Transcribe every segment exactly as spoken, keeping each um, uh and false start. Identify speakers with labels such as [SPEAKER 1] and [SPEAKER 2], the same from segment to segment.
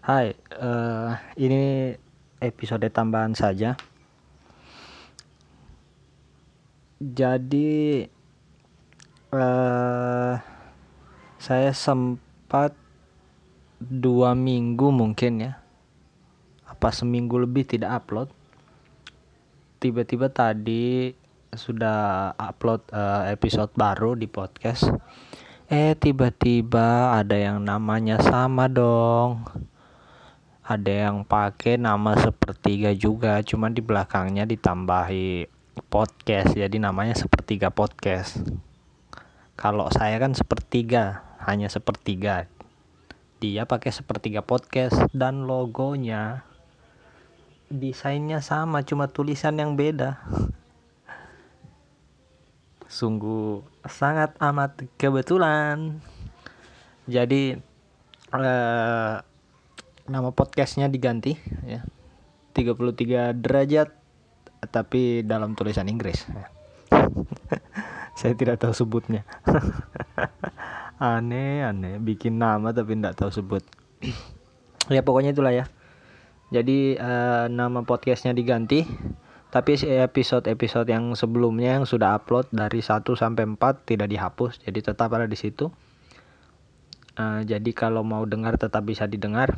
[SPEAKER 1] Hai, eh, ini episode tambahan saja. Jadi, eh, saya sempat dua minggu mungkin ya, apa seminggu lebih tidak upload. Tiba-tiba tadi sudah upload eh, episode baru di podcast. Eh, tiba-tiba ada yang namanya sama dong. Ada yang pakai nama sepertiga juga, cuma di belakangnya ditambahi podcast, jadi namanya sepertiga podcast. Kalau saya kan sepertiga, hanya sepertiga. Dia pakai sepertiga podcast dan logonya, desainnya sama, cuma tulisan yang beda. Sungguh sangat amat kebetulan. Jadi eh, nama podcastnya diganti ya. tiga puluh tiga derajat tapi dalam tulisan Inggris. Saya tidak tahu sebutnya. Aneh aneh bikin nama tapi tidak tahu sebut. Ya pokoknya itulah ya. Jadi uh, nama podcastnya diganti, tapi episode-episode yang sebelumnya yang sudah upload dari satu sampai empat tidak dihapus, jadi tetap ada di situ. Uh, jadi kalau mau dengar tetap bisa didengar.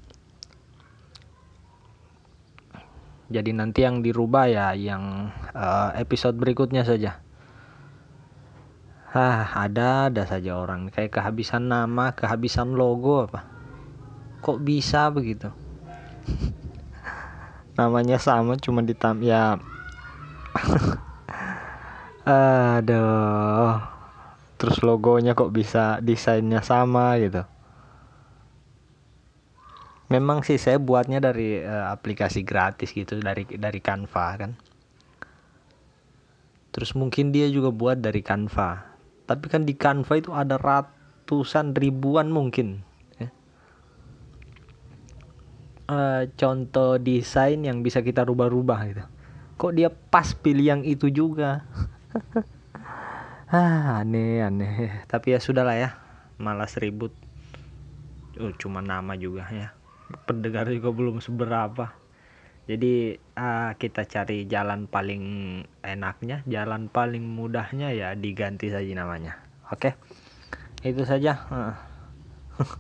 [SPEAKER 1] Jadi nanti yang dirubah ya yang uh, episode berikutnya saja. Hah, ada ada saja orang kayak kehabisan nama, kehabisan logo apa. Kok bisa begitu? Namanya sama cuma ditam ya. Aduh. Terus logonya kok bisa desainnya sama gitu. Memang sih saya buatnya dari uh, aplikasi gratis gitu, dari dari Canva kan. Terus mungkin dia juga buat dari Canva. Tapi kan di Canva itu ada ratusan ribuan mungkin ya. Uh, contoh desain yang bisa kita rubah-rubah gitu. Kok dia pas pilih yang itu juga? Ah, aneh aneh. Tapi ya sudahlah ya. Malas ribut. Oh, cuma nama juga ya. Pendengar juga belum seberapa. Jadi uh, kita cari jalan paling enaknya, jalan paling mudahnya ya diganti saja namanya. Oke, itu saja.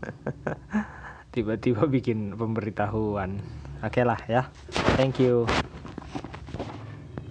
[SPEAKER 1] Tiba-tiba bikin pemberitahuan. Oke lah ya. Thank you.